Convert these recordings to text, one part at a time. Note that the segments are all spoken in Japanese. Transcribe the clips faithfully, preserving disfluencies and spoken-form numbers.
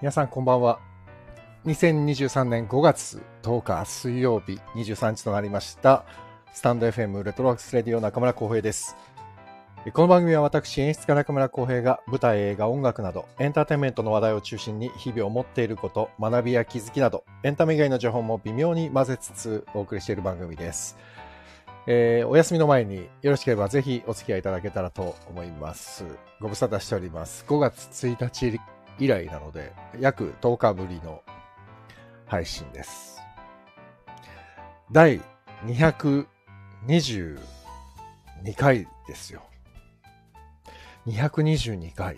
皆さんこんばんは。にせんにじゅうさんねんごがつとおか水曜日にじゅうさんじとなりました。スタンド エフエム レトロワークスレディオ中村浩平です。この番組は私演出家中村浩平が舞台、映画、音楽などエンターテインメントの話題を中心に日々思っていること、学びや気づきなどエンタメ以外の情報も微妙に混ぜつつお送りしている番組です。えー、お休みの前によろしければぜひお付き合いいただけたらと思います。ご無沙汰しております。ごがつついたち以来なので約とおかぶりの配信です。だいにひゃくにじゅうにかいですよ。にひゃくにじゅうにかい。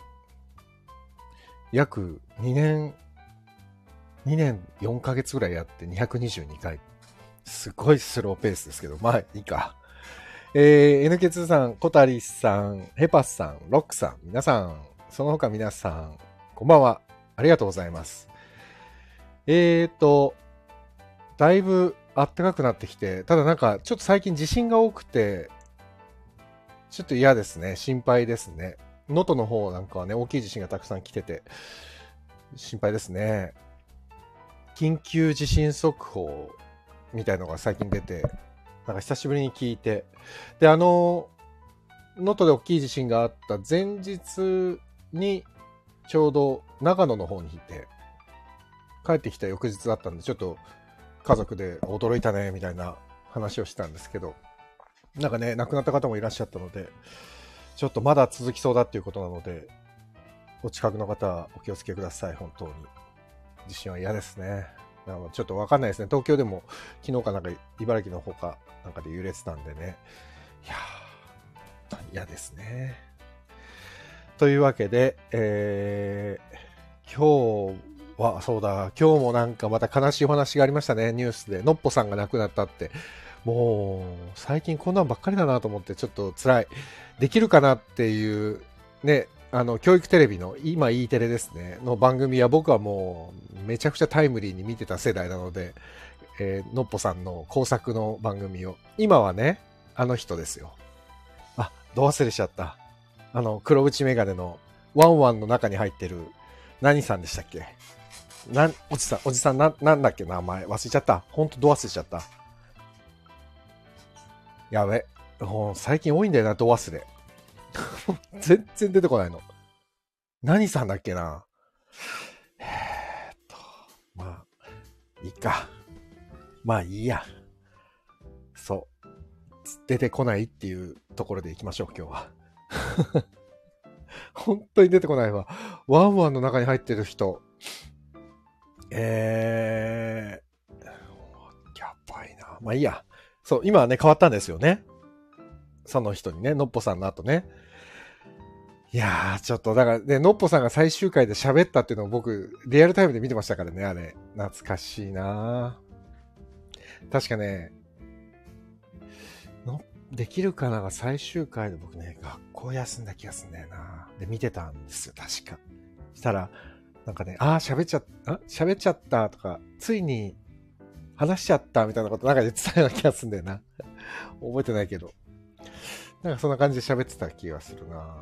約にねん、にねんよんかげつぐらいやってにひゃくにじゅうにかい。すごいスローペースですけど、まあいいか。えー、エヌケーツー さん、小谷さん、ヘパスさん、ロックさん、皆さん、その他皆さん、こんばんは。ありがとうございます。えーと、だいぶ暖かくなってきて、ただなんかちょっと最近地震が多くて、ちょっと嫌ですね。心配ですね。能登の方なんかはね、大きい地震がたくさん来てて、心配ですね。緊急地震速報みたいのが最近出て、なんか久しぶりに聞いて、で、あの、能登で大きい地震があった前日に、ちょうど長野の方にいて、帰ってきた翌日だったんで、ちょっと家族で驚いたね、みたいな話をしたんですけど、なんかね、亡くなった方もいらっしゃったので、ちょっとまだ続きそうだっていうことなので、お近くの方はお気をつけください、本当に。地震は嫌ですね。なんかちょっとわかんないですね。東京でも昨日かなんか茨城の方かなんかで揺れてたんでね。いやー、嫌ですね。というわけで、えー、今日は、そうだ、今日もなんかまた悲しいお話がありましたね、ニュースで。のっぽさんが亡くなったって。もう、最近こんなんばっかりだなと思って、ちょっと辛い。できるかなっていう、ね、あの、教育テレビの、今 E テレですね、の番組は僕はもう、めちゃくちゃタイムリーに見てた世代なので、えー、のっぽさんの工作の番組を。今はね、あの人ですよ。あ、ど忘れしちゃった。あの、黒縁メガネのワンワンの中に入ってる、何さんでしたっけ？な、おじさん、おじさんな、なんだっけ名前。忘れちゃった。ほんとど忘れちゃった。やべ。もう最近多いんだよな、ど忘れ。全然出てこないの。何さんだっけな。えーっと、まあ、いいか。まあいいや。そう。出てこないっていうところでいきましょう、今日は。本当に出てこないわ。ワンワンの中に入ってる人。えー、やばいな。まあいいや。そう、今はね、変わったんですよね。その人にね、のっぽさんの後ね。いやー、ちょっと、だからね、のっぽさんが最終回で喋ったっていうのを僕、リアルタイムで見てましたからね、あれ。懐かしいなー。確かね、のできるかなが最終回で僕ね、学校休んだ気がするんだよな。で、見てたんですよ、確か。したら、なんかね、あー、喋っちゃった、喋っちゃったとか、ついに話しちゃったみたいなことなんか言ってたような気がするんだよな。覚えてないけど。なんかそんな感じで喋ってた気がするな。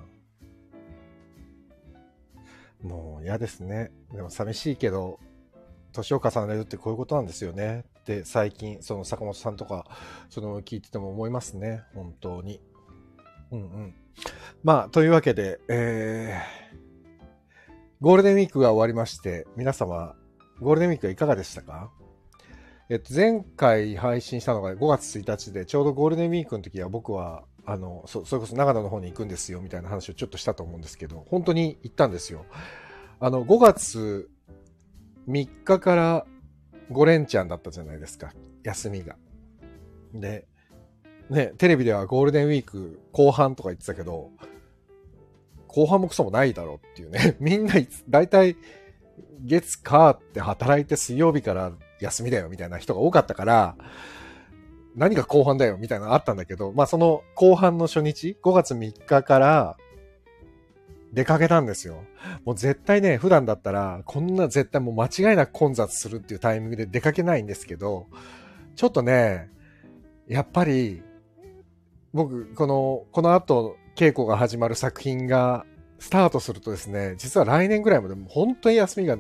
もう嫌ですね。でも寂しいけど、年を重ねるってこういうことなんですよね。って最近、その坂本さんとか、その聞いてても思いますね。本当に。うんうん。まあ、というわけで、えー、ゴールデンウィークが終わりまして、皆様、ゴールデンウィークはいかがでしたか？えっと、前回配信したのがごがつついたちで、ちょうどゴールデンウィークの時は僕は、あの、そ、それこそ長野の方に行くんですよ、みたいな話をちょっとしたと思うんですけど、本当に行ったんですよ。あの、ごがつみっかからご連チャンだったじゃないですか、休みが。で、ね、テレビではゴールデンウィーク後半とか言ってたけど、後半もクソもないだろうっていうね。みんな、だいたい月火って働いて水曜日から休みだよみたいな人が多かったから、何が後半だよみたいなのあったんだけど、まあその後半の初日、ごがつみっかから出かけたんですよ。もう絶対ね、普段だったら、こんな絶対もう間違いなく混雑するっていうタイミングで出かけないんですけど、ちょっとね、やっぱり、僕、この、この後、稽古が始まる作品がスタートするとですね、実は来年ぐらいまで本当に休みが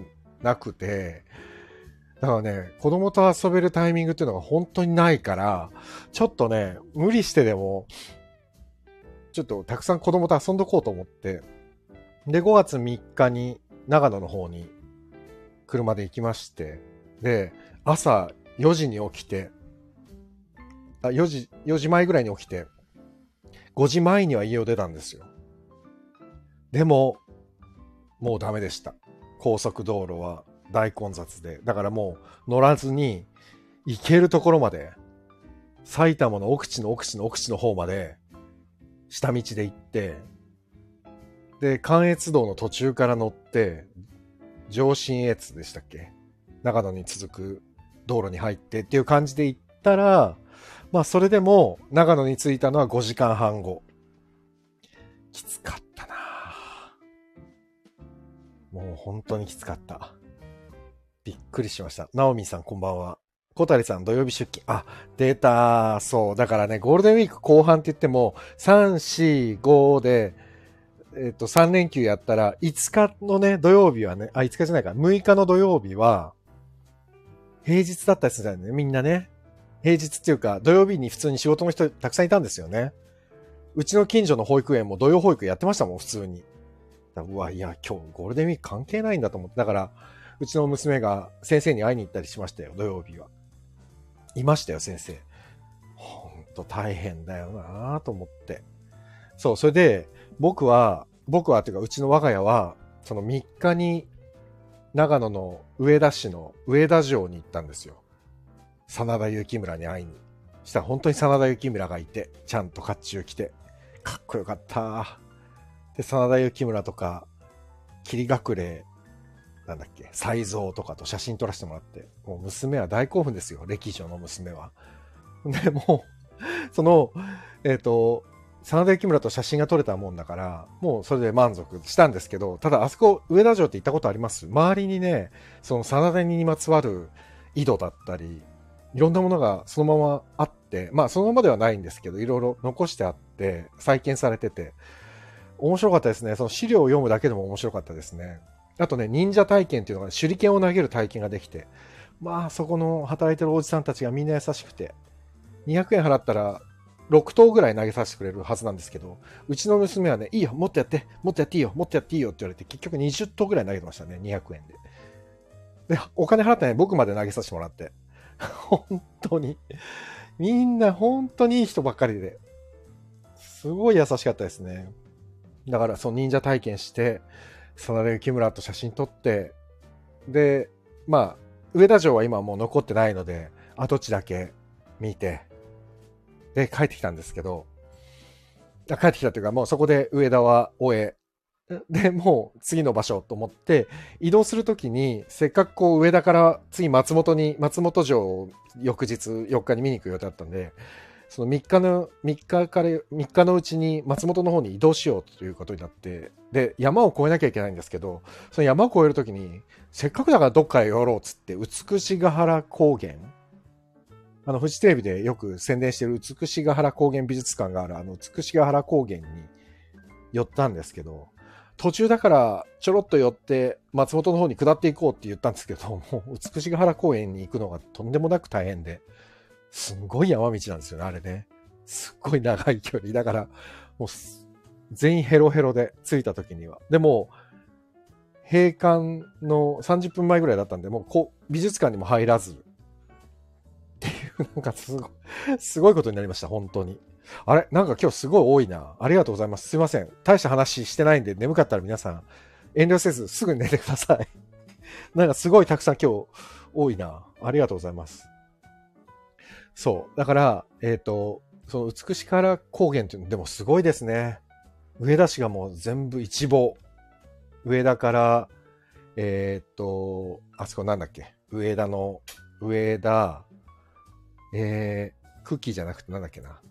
なくて、だからね、子供と遊べるタイミングっていうのが本当にないから、ちょっとね、無理してでも、ちょっとたくさん子供と遊んどこうと思って、で、ごがつみっかに長野の方に車で行きまして、で、朝よじに起きて、あ、よじ、よじまえぐらいに起きて、ごじまえには家を出たんですよ。でも、もうダメでした。高速道路は大混雑で。だからもう乗らずに行けるところまで、埼玉の奥地の奥地の奥地の方まで下道で行って、で、関越道の途中から乗って、上信越でしたっけ？長野に続く道路に入ってっていう感じで行ったら、まあそれでも長野に着いたのはごじかんはんご。きつかったなぁ。もう本当にきつかった。びっくりしました。ナオミさんこんばんは。小谷さん土曜日出勤。あ、データ、そう。だからね、ゴールデンウィーク後半って言っても、さん、し、ごで、えっと、さん連休やったら、いつかのね、土曜日はね、あ、いつかじゃないか、むいかの土曜日は、平日だったりするんだよね、みんなね。平日っていうか、土曜日に普通に仕事の人たくさんいたんですよね。うちの近所の保育園も土曜保育やってましたもん、普通に。うわ、いや、今日ゴールデンウィーク関係ないんだと思って。だから、うちの娘が先生に会いに行ったりしましたよ、土曜日は。いましたよ、先生。ほんと大変だよなぁと思って。そう、それで、僕は、僕はっていうか、うちの我が家は、そのみっかに、長野の上田市の上田城に行ったんですよ。真田幸村に会いに。したら本当に真田幸村がいて、ちゃんと甲冑着て、かっこよかった。で、真田幸村とか、霧隠れ、なんだっけ、才蔵とかと写真撮らせてもらって、もう娘は大興奮ですよ、歴女の娘は。で、もう、その、えっと、真田幸村と写真が撮れたもんだから、もうそれで満足したんですけど、ただあそこ、上田城って行ったことあります？周りにね、その真田にまつわる井戸だったり、いろんなものがそのままあって、まあそのままではないんですけど、いろいろ残してあって、再建されてて、面白かったですね。その資料を読むだけでも面白かったですね。あとね、忍者体験っていうのが、手裏剣を投げる体験ができて、まあそこの働いてるおじさんたちがみんな優しくて、にひゃくえん払ったらろく投ぐらい投げさせてくれるはずなんですけど、うちの娘はね、いいよ、もっとやって、もっとやっていいよ、もっとやっていいよって言われて、結局にじゅう投ぐらい投げてましたね、にひゃくえんで。で、お金払ったね、僕まで投げさせてもらって。本当に。みんな本当にいい人ばっかりで。すごい優しかったですね。だから、その忍者体験して、真田幸村と写真撮って、で、まあ、上田城は今もう残ってないので、跡地だけ見て、で、帰ってきたんですけど、帰ってきたというか、もうそこで上田は終え、で、もう次の場所と思って、移動するときに、せっかくこう上田から次松本に、松本城を翌日よっかに見に行く予定だったんで、そのみっかの、みっかからみっかのうちに松本の方に移動しようということになって、で、山を越えなきゃいけないんですけど、その山を越えるときに、せっかくだからどっかへ寄ろうっつって、美ヶ原高原、あの、フジテレビでよく宣伝してる美ヶ原高原美術館がある、あの、美ヶ原高原に寄ったんですけど、途中だからちょろっと寄って松本の方に下っていこうって言ったんですけど、もう美ヶ原公園に行くのがとんでもなく大変で、すんごい山道なんですよね、あれね。すっごい長い距離。だから、もう全員ヘロヘロで着いた時には。でも、閉館のさんじゅっぷんまえぐらいだったんで、もうこう美術館にも入らず、っていう、なんかすごい、すごいことになりました、本当に。あれなんか今日すごい多いな。ありがとうございます。すいません。大した話してないんで、眠かったら皆さん、遠慮せずすぐ寝てください。なんかすごいたくさん今日多いな。ありがとうございます。そう。だから、えっと、その美しから高原っていうのでもすごいですね。上田市がもう全部一望。上田から、えっと、あそこなんだっけ。上田の、上田、えー、クッキーじゃなくてなんだっけな。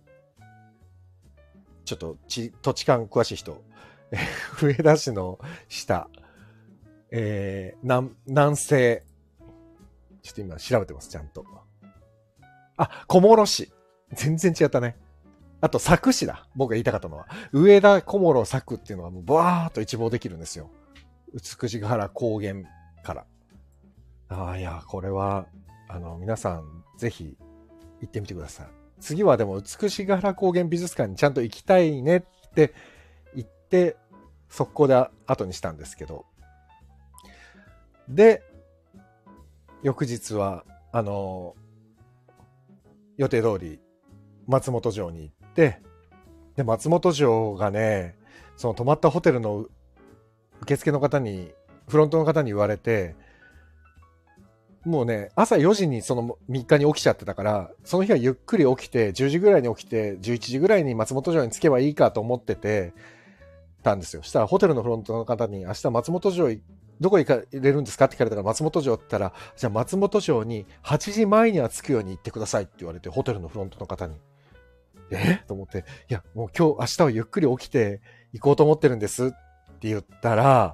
ちょっとち土地勘詳しい人。上田市の下、えー、南、南西。ちょっと今調べてます、ちゃんと。あ、小諸市。全然違ったね。あと、佐久市だ。僕が言いたかったのは。上田、小諸、佐久っていうのはもうバーっと一望できるんですよ。美ヶ原高原から。ああ、いや、これは、あの、皆さん、ぜひ、行ってみてください。次はでも、美ヶ原高原美術館にちゃんと行きたいねって言って、速攻で後にしたんですけど。で、翌日は、あの、予定通り、松本城に行って、で、松本城がね、その泊まったホテルの受付の方に、フロントの方に言われて、もうね、朝よじにそのみっかに起きちゃってたから、その日はゆっくり起きて、じゅうじぐらいに起きて、じゅういちじぐらいに松本城に着けばいいかと思ってて、たんですよ。したらホテルのフロントの方に、明日松本城、どこ行かれるんですかって聞かれたから、松本城って言ったら、じゃあ松本城にはちじまえには着くように言ってくださいって言われて、ホテルのフロントの方に。えと思って、いや、もう今日、明日はゆっくり起きて行こうと思ってるんですって言ったら、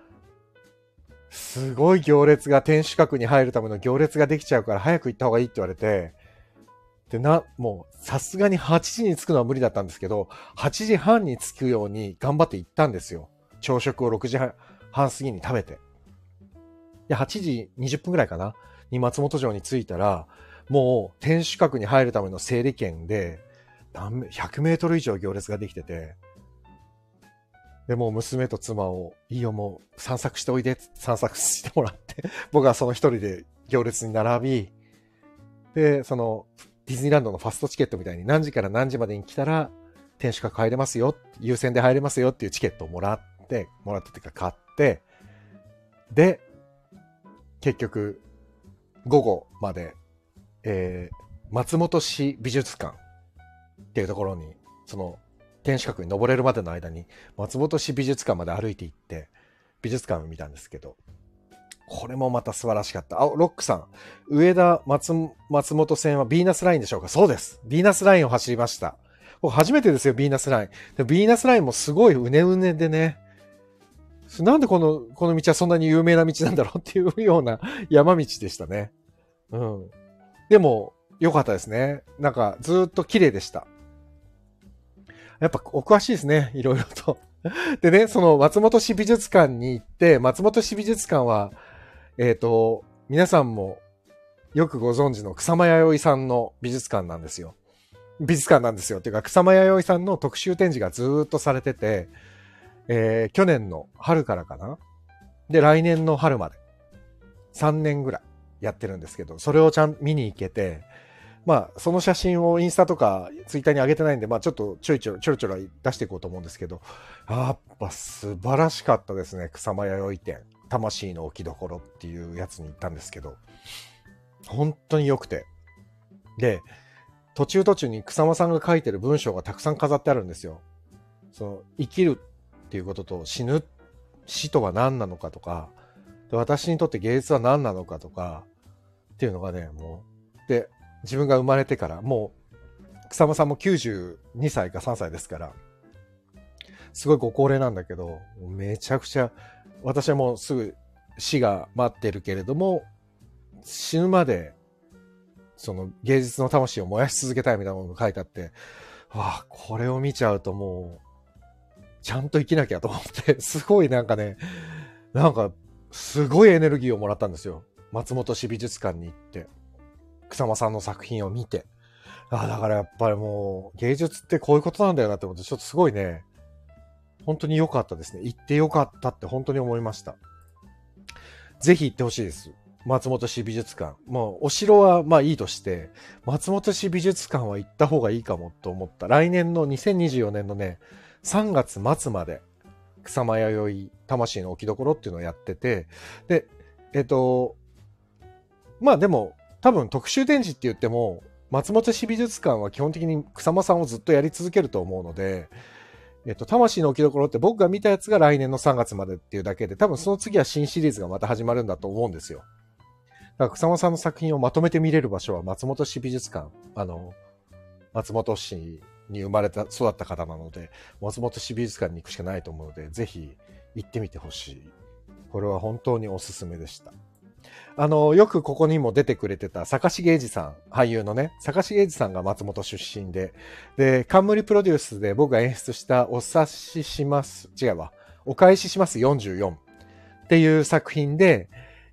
すごい行列が、天守閣に入るための行列ができちゃうから早く行った方がいいって言われて、で、な、もうさすがにはちじに着くのは無理だったんですけど、はちじはんに着くように頑張って行ったんですよ。朝食をろくじはん過ぎに食べて。で、はちじにじゅっぷんぐらいかなに松本城に着いたら、もう天守閣に入るための整理券で、ひゃくメートル以上行列ができてて、で、もう娘と妻を、いいよもう散策しておいで、散策してもらって、僕はその一人で行列に並び、で、その、ディズニーランドのファストチケットみたいに何時から何時までに来たら、天守閣入れますよ、優先で入れますよっていうチケットをもらって、もらってっていうか買って、で、結局、午後まで、えー、松本市美術館っていうところに、その、天守閣に登れるまでの間に松本市美術館まで歩いて行って美術館を見たんですけど、これもまた素晴らしかった。あ、ロックさん、上田 松, 松本線はビーナスラインでしょうか？そうです。ビーナスラインを走りました。僕初めてですよ、ビーナスライン。でビーナスラインもすごいうねうねでね、なんでこのこの道はそんなに有名な道なんだろうっていうような山道でしたね。うん。でも良かったですね。なんかずっと綺麗でした。やっぱお詳しいですね、いろいろと。でね、その松本市美術館に行って、松本市美術館は、えっと、皆さんもよくご存知の草間彌生さんの美術館なんですよ。美術館なんですよ。っていうか、草間彌生さんの特集展示がずーっとされてて、えー、去年の春からかな？で、来年の春まで。さんねんぐらいやってるんですけど、それをちゃん見に行けて、まあ、その写真をインスタとかツイッターに上げてないんで、まあ、ちょっとちょいちょいちょろちょろ出していこうと思うんですけど、やっぱ素晴らしかったですね。草間彌生展、魂の置きどころっていうやつに行ったんですけど、本当に良くて。で、途中途中に草間さんが書いてる文章がたくさん飾ってあるんですよ。その、生きるっていうことと死ぬ、死とは何なのかとか、で私にとって芸術は何なのかとか、っていうのがね、もう、で、自分が生まれてから、もう、草間さんもきゅうじゅうにさいかさんさいですから、すごいご高齢なんだけど、めちゃくちゃ、私はもうすぐ死が待ってるけれども、死ぬまで、その芸術の魂を燃やし続けたいみたいなものが書いてあって、わあ、これを見ちゃうともう、ちゃんと生きなきゃと思って、すごいなんかね、なんか、すごいエネルギーをもらったんですよ。松本市美術館に行って。草間さんの作品を見て。あ、だからやっぱりもう芸術ってこういうことなんだよなって思って、ちょっとすごいね、本当に良かったですね。行って良かったって本当に思いました。ぜひ行ってほしいです。松本市美術館。もうお城はまあいいとして、松本市美術館は行った方がいいかもと思った。来年のにせんにじゅうよねんのね、さんがつ末まで草間彌生魂の置きどころっていうのをやってて、で、えっと、まあでも、多分特集展示って言っても、松本市美術館は基本的に草間さんをずっとやり続けると思うので、えっと、魂の置きどころって僕が見たやつが来年のさんがつまでっていうだけで、多分その次は新シリーズがまた始まるんだと思うんですよ。だから草間さんの作品をまとめて見れる場所は松本市美術館、あの、松本市に生まれた、育った方なので、松本市美術館に行くしかないと思うので、ぜひ行ってみてほしい。これは本当におすすめでした。あの、よくここにも出てくれてた坂重英二さん、俳優のね、坂重英二さんが松本出身で、で、冠プロデュースで僕が演出したお察しします、違うわ、お返ししますよんじゅうよんっていう作品で、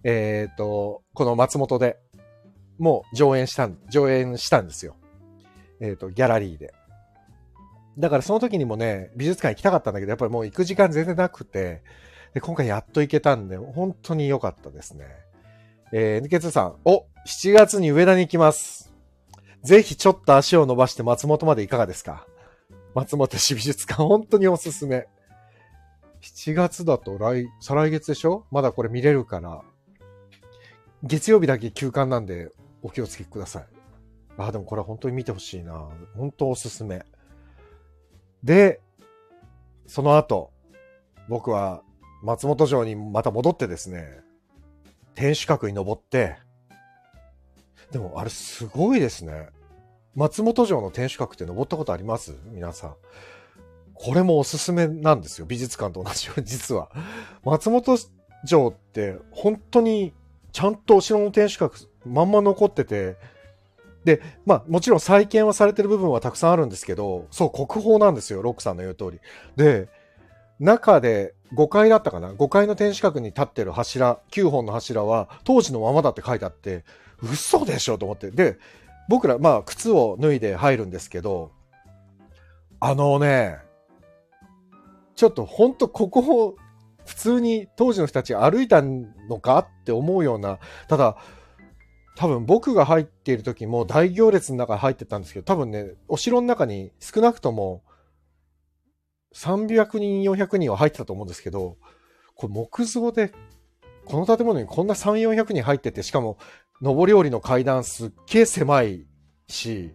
えっと、この松本でもう上演したん、上演したんですよ。えっと、ギャラリーで。だからその時にもね、美術館行きたかったんだけど、やっぱりもう行く時間全然なくて、で、今回やっと行けたんで、本当に良かったですね。えー、エヌケーツー さん、お、しちがつに上田に行きます。ぜひちょっと足を伸ばして松本までいかがですか？松本市美術館、本当におすすめ。しちがつだと来、再来月でしょ？まだこれ見れるから。月曜日だけ休館なんでお気をつけください。あ、でもこれ本当に見てほしいな。本当おすすめ。で、その後、僕は松本城にまた戻ってですね、天守閣に登って、でもあれすごいですね。松本城の天守閣って登ったことあります？皆さん。これもおすすめなんですよ。美術館と同じように実は。松本城って本当にちゃんとお城の天守閣まんま残ってて、で、まあもちろん再建はされてる部分はたくさんあるんですけど、そう、国宝なんですよ。ロックさんの言う通り。で、中でごかいだったかな ?ご 階の天守閣に立ってる柱、きゅうほんの柱は当時のままだって書いてあって、嘘でしょと思って。で、僕ら、まあ靴を脱いで入るんですけど、あのね、ちょっとほんとここを普通に当時の人たちが歩いたのかって思うような、ただ、多分僕が入っている時も大行列の中に入ってたんですけど、多分ね、お城の中に少なくともさんびゃくにん、よんひゃくにんは入ってたと思うんですけど、これ木造で、この建物にこんなさんびゃく、よんひゃくにん入ってて、しかも上り下りの階段すっげえ狭いし、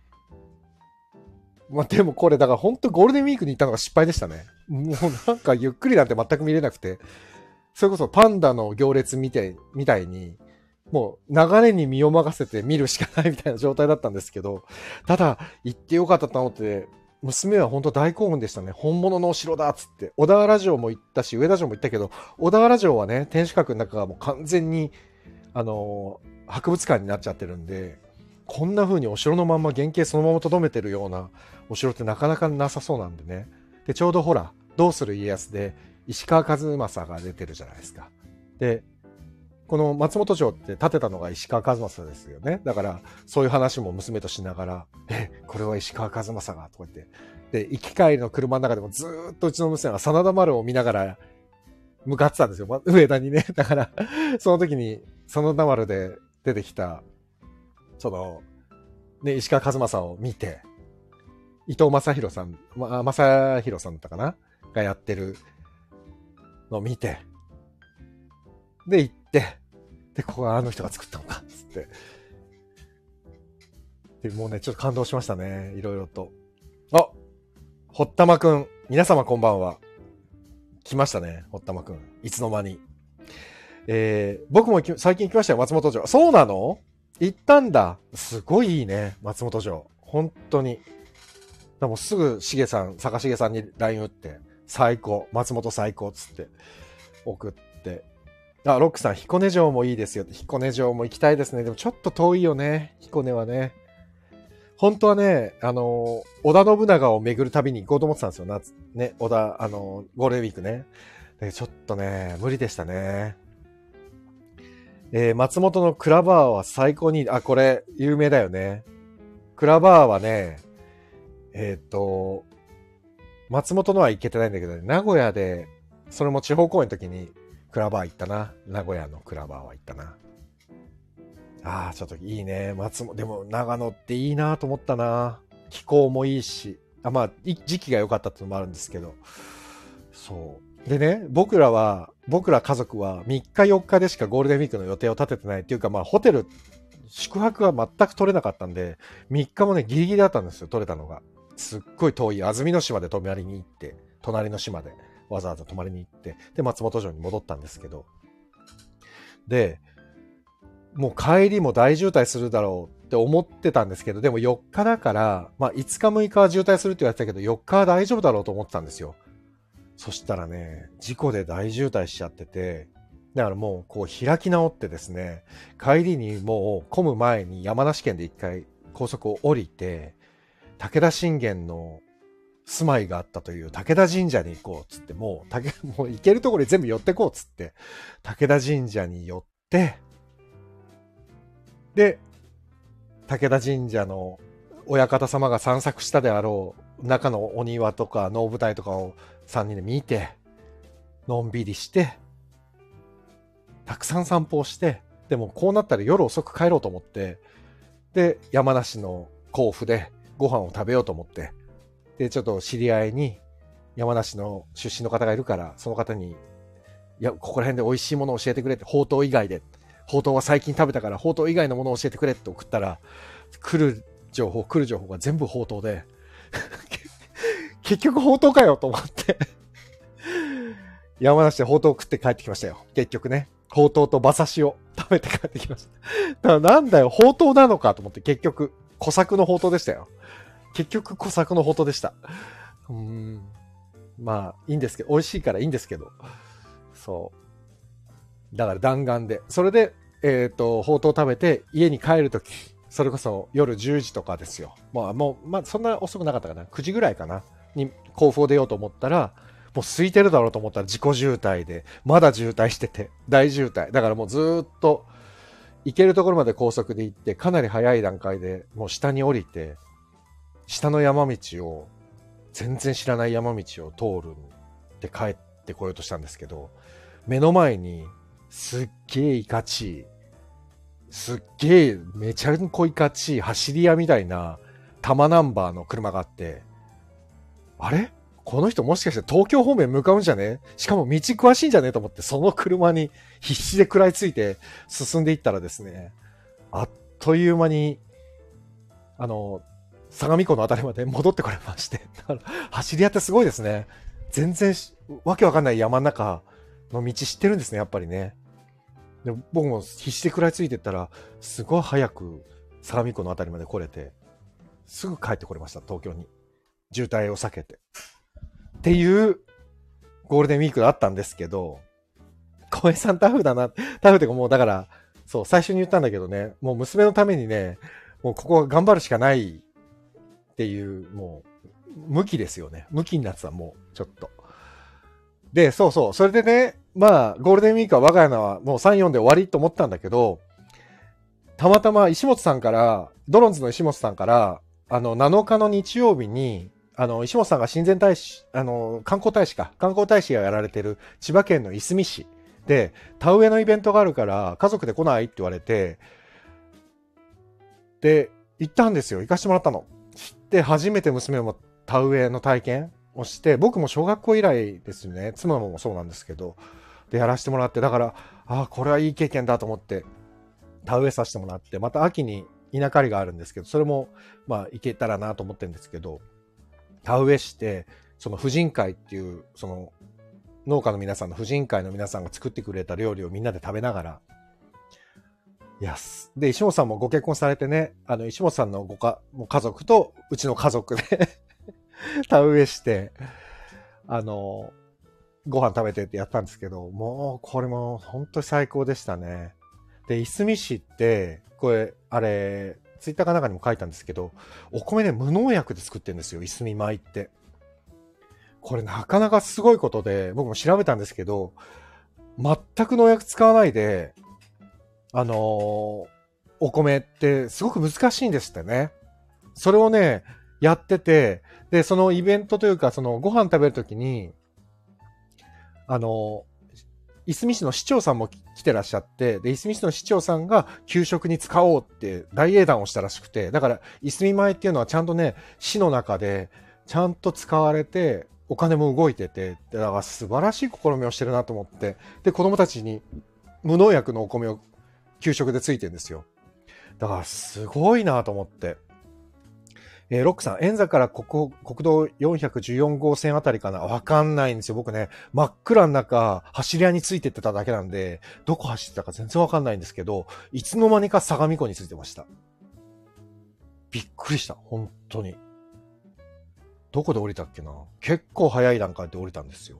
まあでもこれだから本当ゴールデンウィークに行ったのが失敗でしたね。もうなんかゆっくりなんて全く見れなくて、それこそパンダの行列みたいみたいに、もう流れに身を任せて見るしかないみたいな状態だったんですけど、ただ行ってよかったと思って、娘は本当大興奮でしたね。本物のお城だっつって。小田原城も行ったし、上田城も行ったけど、小田原城はね、天守閣の中がもう完全に、あのー、博物館になっちゃってるんで、こんな風にお城のまんま原型そのまま留めてるようなお城ってなかなかなさそうなんでね。で、ちょうどほら、どうする家康で石川数正が出てるじゃないですか。で、この松本城って建てたのが石川数正ですよね。だから、そういう話も娘としながら、え、これは石川数正が、とか言って。で、行き帰りの車の中でもずーっとうちの娘は真田丸を見ながら向かってたんですよ。上田にね。だから、その時に真田丸で出てきた、その、ね、石川数正を見て、伊藤正宏さん、ま、正宏さんだったかながやってるのを見て、で、行って、で、ここはあの人が作ったのか、つって。で、もうね、ちょっと感動しましたね。いろいろと。あ、ほったまくん。皆様こんばんは。来ましたね、ほったまくん。いつの間に。えー、僕も最近行きましたよ、松本城。そうなの？行ったんだ。すごいいいね、松本城。本当に。でもすぐ、しげさん、坂しげさんに ライン 打って、最高、松本最高、つって、送って。あ、ロックさん、彦根城もいいですよ。彦根城も行きたいですね。でもちょっと遠いよね、彦根はね。本当はね、あの、織田信長を巡る旅に行こうと思ってたんですよ、夏。ね、織田、あの、ゴールデンウィークね。でちょっとね、無理でしたね。えー、松本のクラバーは最高に、あ、これ、有名だよね。クラバーはね、えっと、松本のは行けてないんだけど、ね、名古屋で、それも地方公演の時に、クラバー行ったな。名古屋のクラバーは行ったな。ああ、ちょっといいね。松本、でも長野っていいなと思ったな。気候もいいし。あ、まあ、時期が良かったってのもあるんですけど。そう。でね、僕らは、僕ら家族はみっかよっかでしかゴールデンウィークの予定を立ててないっていうか、まあ、ホテル、宿泊は全く取れなかったんで、みっかもね、ギリギリだったんですよ、取れたのが。すっごい遠い安曇野島で泊まりに行って、隣の島でわざわざ泊まりに行って、で、松本城に戻ったんですけど。で、もう帰りも大渋滞するだろうって思ってたんですけど、でもよっかだから、まあいつかむいかは渋滞するって言われてたけど、よっかは大丈夫だろうと思ってたんですよ。そしたらね、事故で大渋滞しちゃってて、だからもうこう開き直ってですね、帰りにもう混む前に山梨県で一回高速を降りて、武田信玄の住まいがあったという武田神社に行こうっつって、もう、竹もう行けるところに全部寄ってこうっつって、武田神社に寄って、で、武田神社の親方様が散策したであろう中のお庭とか能舞台とかをさんにんで見て、のんびりして、たくさん散歩をして、でもこうなったら夜遅く帰ろうと思って、で、山梨の甲府でご飯を食べようと思って、で、ちょっと知り合いに山梨の出身の方がいるから、その方に、いや、ここら辺で美味しいものを教えてくれって、ほうとう以外で。ほうとうは最近食べたから、ほうとう以外のものを教えてくれって送ったら、来る情報、来る情報が全部ほうとうで、結局ほうとうかよと思って、山梨でほうとう食って帰ってきましたよ。結局ね。ほうとうと馬刺しを食べて帰ってきました。だからなんだよ、ほうとうなのかと思って、結局、小作のほうとうでしたよ。結局小作のほうとうでした。うーん。まあ、いいんですけど、美味しいからいいんですけど。そう。だから弾丸で。それで、えっと、ほうとう食べて、家に帰るとき、それこそ夜じゅうじとかですよ。まあ、もう、まあ、そんな遅くなかったかな。くじぐらいかな。に、甲府を出ようと思ったら、もう空いてるだろうと思ったら自己渋滞で、まだ渋滞してて、大渋滞。だからもうずーっと、行けるところまで高速で行って、かなり早い段階でもう下に降りて、下の山道を、全然知らない山道を通るって帰ってこようとしたんですけど、目の前にすっげえいかちい、すっげえめちゃんこいかちい走り屋みたいな多摩ナンバーの車があって、あれこの人もしかして東京方面向かうんじゃね？しかも道詳しいんじゃねと思って、その車に必死で食らいついて進んでいったらですね、あっという間に、あの、相模湖のあたりまで戻ってこれまして。だから走り屋ってすごいですね。全然わけわかんない山の中の道知ってるんですね、やっぱりね。で僕も必死で食らいついてったら、すごい早く相模湖のあたりまで来れて、すぐ帰ってこれました、東京に。渋滞を避けて。っていうゴールデンウィークがあったんですけど、小江さんタフだな。タフってかもうだから、そう、最初に言ったんだけどね、もう娘のためにね、もうここは頑張るしかないっていう、もう、向きですよね。向きになってた、もう、ちょっと。で、そうそう。それでね、まあ、ゴールデンウィークは我が家のはもうさん、よんで終わりと思ったんだけど、たまたま石本さんから、ドロンズの石本さんから、あの、なのかの日曜日に、あの、石本さんが親善大使、あの、観光大使か、観光大使がやられてる千葉県のいすみ市で、田植えのイベントがあるから、家族で来ないって言われて、で、行ったんですよ。行かしてもらったの。で、初めて娘も田植えの体験をして、僕も小学校以来ですよね。妻もそうなんですけど、で、やらせてもらって、だから、ああ、これはいい経験だと思って、田植えさせてもらって、また秋に稲刈りがあるんですけど、それも、まあ、行けたらなと思ってるんですけど、田植えして、その婦人会っていう、その、農家の皆さんの婦人会の皆さんが作ってくれた料理をみんなで食べながら、いや、で、石本さんもご結婚されてね、あの、石本さんのごか、もう家族と、うちの家族で田植えして、あの、ご飯食べてってやったんですけど、もう、これも本当に最高でしたね。で、いすみ市って、これ、あれ、ツイッターかなんかにも書いたんですけど、お米ね、無農薬で作ってるんですよ、いすみ米って。これなかなかすごいことで、僕も調べたんですけど、全く農薬使わないで、あのー、お米ってすごく難しいんですってね。それをね、やってて、で、そのイベントというか、そのご飯食べるときに、あのー、いすみ市の市長さんも来てらっしゃって、で、いすみ市の市長さんが給食に使おうって大英断をしたらしくて、だから、いすみ米っていうのはちゃんとね、市の中でちゃんと使われて、お金も動いてて、だから素晴らしい試みをしてるなと思って、で、子供たちに無農薬のお米を給食でついてるんですよ。だからすごいなと思って。えー、ロックさん、円座から国国道よんひゃくじゅうよん号線あたりかな、わかんないんですよ。僕ね、真っ暗の中、走り屋についてってただけなんで、どこ走ってたか全然わかんないんですけど、いつの間にか相模湖についてました。びっくりした。本当に。どこで降りたっけな？結構早い段階で降りたんですよ。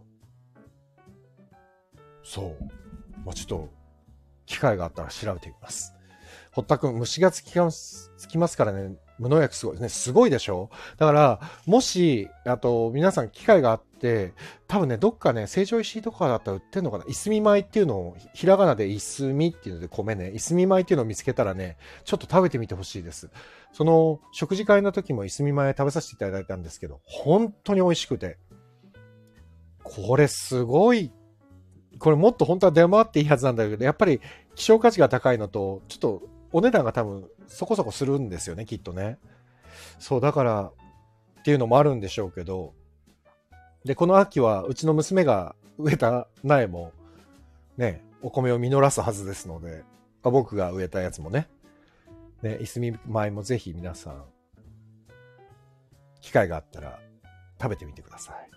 そう。まあ、ちょっと、機会があったら調べてみます。堀田くん、虫がつきます、つきますからね、 無農薬すごいですね。すごいでしょ？だから、もし、あと、皆さん機会があって、多分ね、どっかね、成城石井とかだったら売ってんのかな、いすみ米っていうのを、ひらがなでいすみっていうので米ね、いすみ米っていうのを見つけたらね、ちょっと食べてみてほしいです。その、食事会の時もいすみ米食べさせていただいたんですけど、本当に美味しくて。これすごい、これもっと本当は出回っていいはずなんだけど、やっぱり希少価値が高いのと、ちょっとお値段が多分そこそこするんですよね、きっとね。そう、だからっていうのもあるんでしょうけど、で、この秋はうちの娘が植えた苗もね、お米を実らすはずですので、僕が植えたやつもね、ね、いすみ米もぜひ皆さん、機会があったら食べてみてください。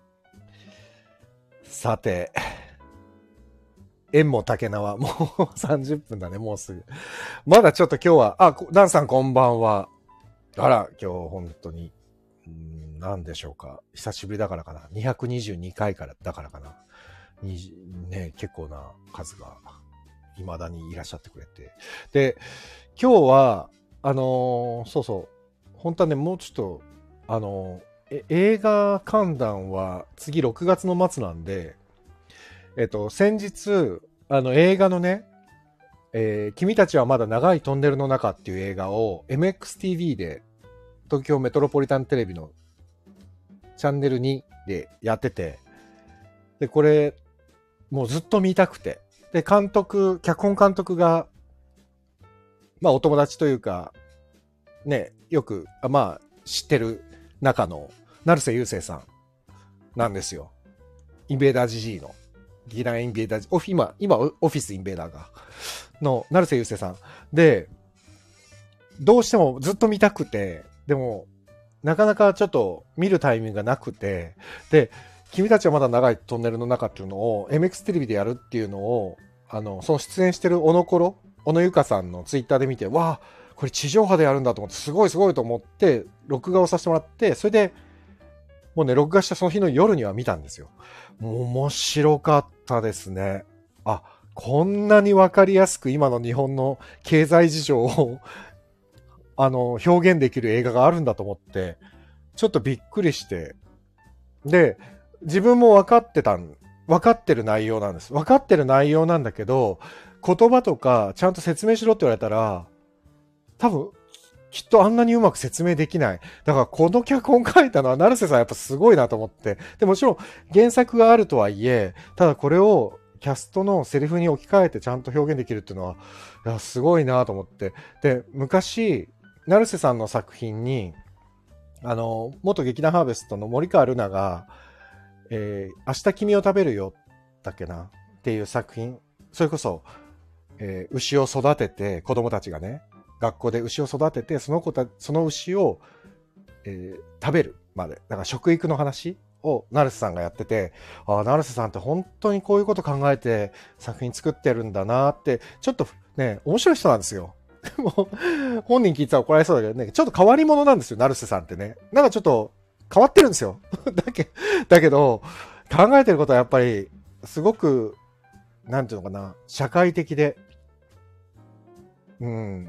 さて、縁も竹縄、もうさんじゅっぷんだね、もうすぐ。まだちょっと今日は、あ、ダンさんこんばんは。あら、今日本当に、うーん、何でしょうか。久しぶりだからかな。にひゃくにじゅうにかいからだからかな。ね、結構な数が、未だにいらっしゃってくれて。で、今日は、あのー、そうそう、本当はね、もうちょっと、あのー、え映画観覧は次ろくがつの末なんで、えっと、先日、あの映画のね、えー、君たちはまだ長いトンネルの中っていう映画を エムエックスティーブイ で東京メトロポリタンテレビのチャンネルにでやってて、で、これ、もうずっと見たくて、で、監督、脚本監督が、まあお友達というか、ね、よく、まあ知ってる中の成瀬雄生さんなんですよ。インベーダージジイの。ギラインベーダージ、オフ今、今、オフィスインベーダーが、の、成瀬雄生さん。で、どうしてもずっと見たくて、でも、なかなかちょっと見るタイミングがなくて、で、君たちはまだ長いトンネルの中っていうのを エムエックス テレビでやるっていうのを、あの、その出演してる小野ころ、小野ゆかさんのツイッターで見て、わあ、これ地上波でやるんだと思って、すごいすごいと思って、録画をさせてもらって、それで、もうね、録画したその日の夜には見たんですよ。もう面白かったですね。あ、こんなにわかりやすく今の日本の経済事情をあの、表現できる映画があるんだと思って、ちょっとびっくりして、で、自分も分かってたん、分かってる内容なんです。分かってる内容なんだけど、言葉とかちゃんと説明しろって言われたら、多分、きっとあんなにうまく説明できない。だからこの脚本書いたのは成瀬さんやっぱすごいなと思って。で、もちろん原作があるとはいえ、ただこれをキャストのセリフに置き換えてちゃんと表現できるっていうのは、いや、すごいなと思って。で、昔、成瀬さんの作品に、あの、元劇団ハーベストの森川ルナが、えー、明日君を食べるよ、だっけなっていう作品。それこそ、えー、牛を育てて、子供たちがね、学校で牛を育てて、その子た、その牛を、えー、食べるまで。だから食育の話を成瀬さんがやってて、ああ、成瀬さんって本当にこういうこと考えて作品作ってるんだなって、ちょっとね、面白い人なんですよ。もう、本人聞いてたら怒られそうだけどね、ちょっと変わり者なんですよ、成瀬さんってね。なんかちょっと変わってるんですよ。だけ、だけど、考えてることはやっぱり、すごく、なんていうのかな、社会的で、うん、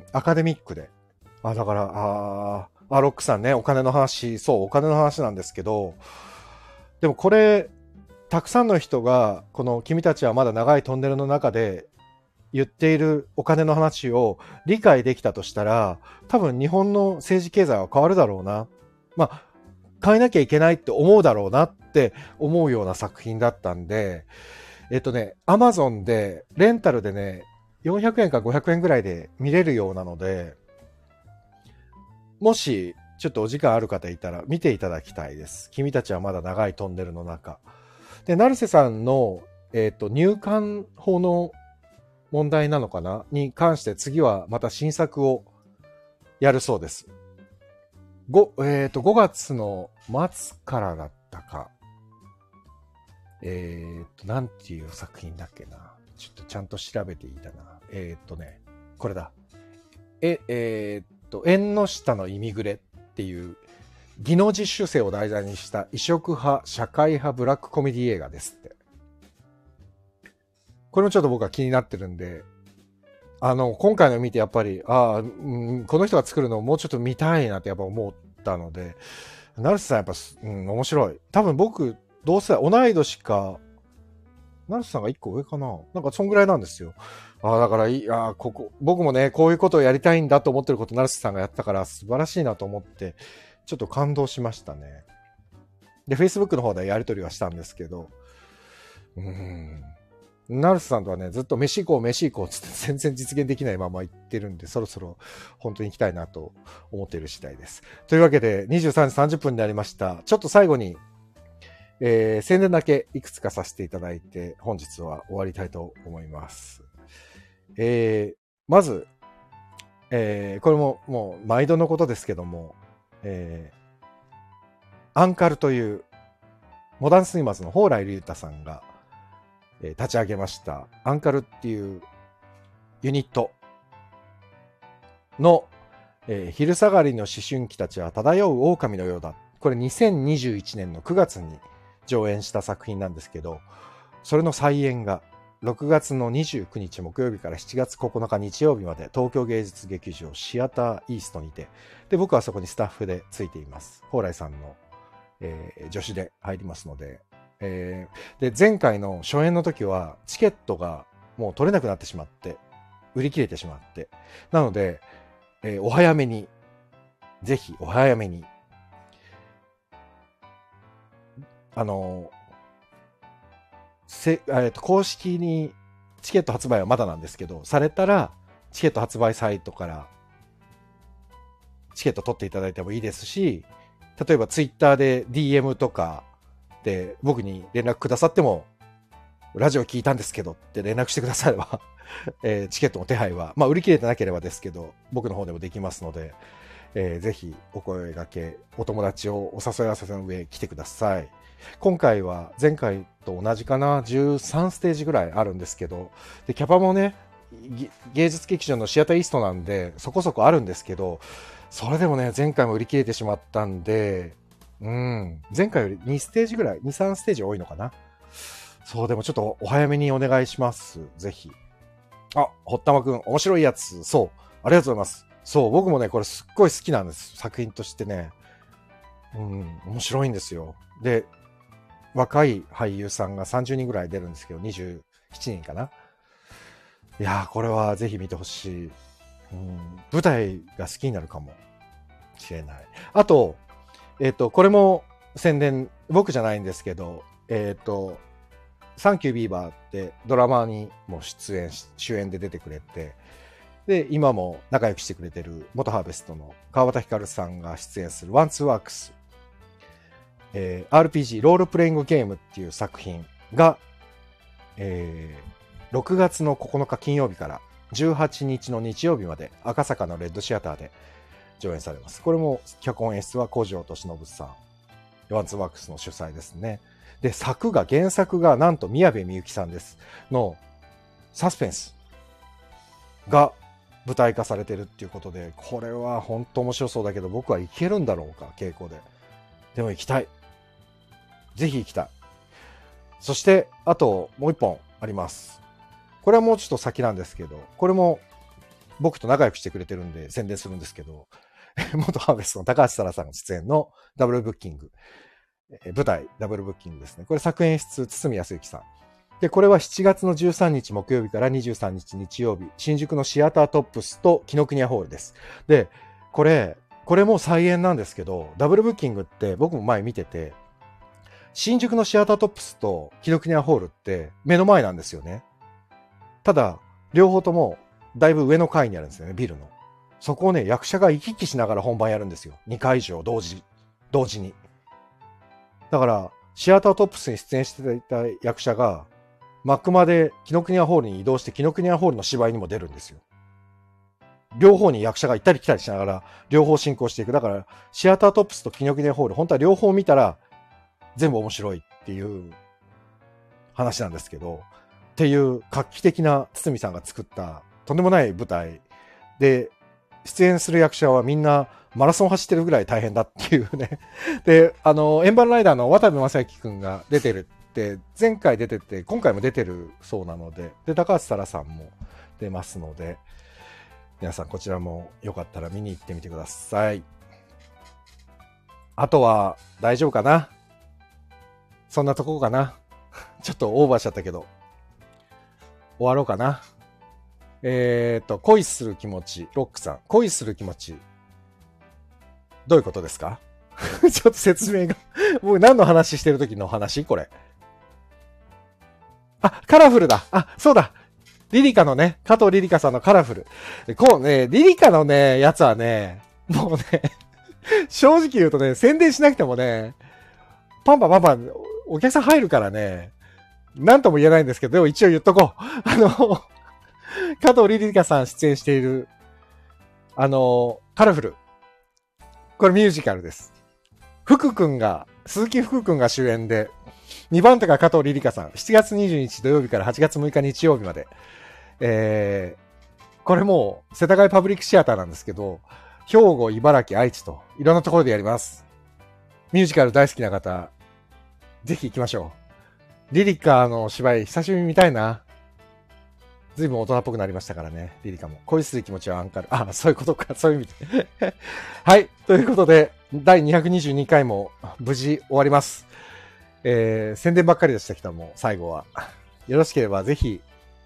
アカデミックで。あ、だから、ああ、ロックさんね、お金の話、そう、お金の話なんですけど、でもこれ、たくさんの人が、この君たちはまだ長いトンネルの中で言っているお金の話を理解できたとしたら、多分日本の政治経済は変わるだろうな。まあ、変えなきゃいけないって思うだろうなって思うような作品だったんで、えっとね、アマゾンで、レンタルでね、よんひゃくえんかごひゃくえんぐらいで見れるようなので、もし、ちょっとお時間ある方いたら見ていただきたいです。君たちはまだ長いトンネルの中。で、成瀬さんの、えっと、入管法の問題なのかなに関して次はまた新作をやるそうです。ご、えっと、ごがつの末からだったか。えっと、なんていう作品だっけな。ちょっとちゃんと調べていたな。えっとね、これだ。え、えー、っと、縁の下のイミグレっていう技能実習生を題材にした異色派、社会派ブラックコメディ映画ですって。これもちょっと僕は気になってるんで、 あの、今回の見てやっぱり、ああ、うん、この人が作るのをもうちょっと見たいなってやっぱ思ったので、成瀬さんやっぱ、うん、面白い。多分僕、同世代、同い年か、成瀬さんがいっこ上かな、なんかそんぐらいなんですよ。ああ、だからいい、ああ、ここ、僕もね、こういうことをやりたいんだと思ってること成瀬さんがやったから素晴らしいなと思って、ちょっと感動しましたね。で、Facebook の方でやり取りはしたんですけど、うーん。成瀬さんとはね、ずっと飯行こう、飯行こうっつって全然実現できないまま行ってるんで、そろそろ本当に行きたいなと思っている次第です。というわけで、にじゅうさんじさんじゅっぷんになりました。ちょっと最後に、えー、宣伝だけいくつかさせていただいて、本日は終わりたいと思います。えー、まず、えー、これももう毎度のことですけども、えー、アンカルというモダンスイマーズの蓬莱竜太さんが、えー、立ち上げましたアンカルっていうユニットの、えー、昼下がりの思春期たちは漂う狼のようだ。これにせんにじゅういちねんのくがつに上演した作品なんですけど、それの再演がろくがつのにじゅうくにち木曜日からしちがつここのか日曜日まで東京芸術劇場シアターイーストにて、で僕はそこにスタッフでついています。蓬莱さんの、えー、助手で入りますので、えー、で前回の初演の時はチケットがもう取れなくなってしまって、売り切れてしまって、なので、えー、お早めに、ぜひお早めに、あのせ、えー、と公式にチケット発売はまだなんですけど、されたらチケット発売サイトからチケット取っていただいてもいいですし、例えばツイッターで ディーエム とかで僕に連絡くださっても、ラジオ聞いたんですけどって連絡してくだされば、えー、チケットの手配は、まあ売り切れてなければですけど、僕の方でもできますので、えー、ぜひお声掛け、お友達をお誘い合わせの上来てください。今回は前回と同じかな、じゅうさんステージぐらいあるんですけど、でキャパもね、芸術劇場のシアターイーストなんでそこそこあるんですけど、それでもね、前回も売り切れてしまったんで、うん、前回よりにステージぐらい、に、さんステージ多いのかな。そう、でもちょっとお早めにお願いします。ぜひ。あ、ほったまくん、面白いやつ。そう、ありがとうございます。そう、僕もね、これすっごい好きなんです。作品としてね。うん、面白いんですよ。で、若い俳優さんがさんじゅうにんぐらい出るんですけど、にじゅうななにんかな。いやー、これはぜひ見てほしい。うん、舞台が好きになるかもしれない。あと、えっと、これも宣伝、僕じゃないんですけど、えっと、サンキュービーバーってドラマにも出演し、主演で出てくれて、で、今も仲良くしてくれてる元ハーベストの川端光さんが出演するワンツーワークス、えー、アールピージー ロールプレイングゲームっていう作品が、えー、ろくがつのここのか金曜日からじゅうはちにちの日曜日まで赤坂のレッドシアターで上演されます。これも脚本演出は小城俊信さん、ワンツーワークスの主催ですね。で、作が、原作がなんと宮部みゆきさんですのサスペンスが舞台化されてるっていうことで、これは本当面白そうだけど、僕はいけるんだろうか、稽古で。でも行きたい。ぜひ行きたい。そして、あともう一本あります。これはもうちょっと先なんですけど、これも僕と仲良くしてくれてるんで宣伝するんですけど、元ハーベストの高橋沙羅さんが出演のダブルブッキング。舞台ダブルブッキングですね。これ作演出堤康之さんで、これはしちがつのじゅうさんにち木曜日からにじゅうさんにち日曜日、新宿のシアタートップスと紀ノ国屋ホールです。で、これこれも再演なんですけど、ダブルブッキングって僕も前見てて、新宿のシアタートップスと紀ノ国屋ホールって目の前なんですよね。ただ両方ともだいぶ上の階にあるんですよね、ビルの。そこをね、役者が行き来しながら本番やるんですよ。にかい以上同時同時に。だから、シアタートップスに出演していた役者が、幕間で紀ノ国屋ホールに移動して、紀ノ国屋ホールの芝居にも出るんですよ。両方に役者が行ったり来たりしながら、両方進行していく。だから、シアタートップスと紀ノ国屋ホール、本当は両方見たら、全部面白いっていう話なんですけど、っていう画期的な堤さんが作った、とんでもない舞台で、出演する役者はみんな、マラソン走ってるぐらい大変だっていうね。で、あの、円盤ライダーの渡部正行くんが出てるって、前回出てて、今回も出てるそうなので、で、高橋沙羅さんも出ますので、皆さんこちらもよかったら見に行ってみてください。あとは大丈夫かな？そんなとこかな。ちょっとオーバーしちゃったけど。終わろうかな。えっと、恋する気持ち。ロックさん。恋する気持ち。どういうことですか？ちょっと説明が。もう何の話してる時の話これ。あ、カラフルだ。あ、そうだ。リリカのね、加藤リリカさんのカラフル。こうね、リリカのね、やつはね、もうね、正直言うとね、宣伝しなくてもね、パンパンパンパン、お客さん入るからね、なんとも言えないんですけど、でも一応言っとこう。あの、加藤リリカさん出演している、あの、カラフル。これミュージカルです。福くんが、鈴木福くんが主演で、にばん手が加藤リリカさん。しちがつにじゅうににち土曜日からはちがつむいか日曜日まで。えー、これもう、世田谷パブリックシアターなんですけど、兵庫、茨城、愛知と、いろんなところでやります。ミュージカル大好きな方、ぜひ行きましょう。リリカの芝居、久しぶりに見たいな。ずいぶん大人っぽくなりましたからね、リリカも。恋する気持ちはアンカル。あ、そういうことか、そういう意味で。はい、ということで、だいにひゃくにじゅうにかいも無事終わります。えー、宣伝ばっかりでしたけども、最後は。よろしければぜひ、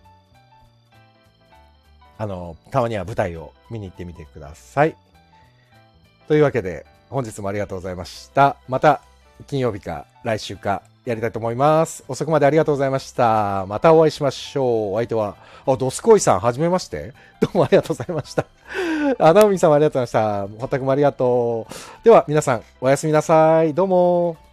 あの、たまには舞台を見に行ってみてください。というわけで、本日もありがとうございました。また、金曜日か来週かやりたいと思います。遅くまでありがとうございました。またお会いしましょう。お相手は、あ、ドスコイさん、はじめまして。どうもありがとうございました。あ、ナオミさんもありがとうございました。またくもありがとう。では、皆さん、おやすみなさい。どうも。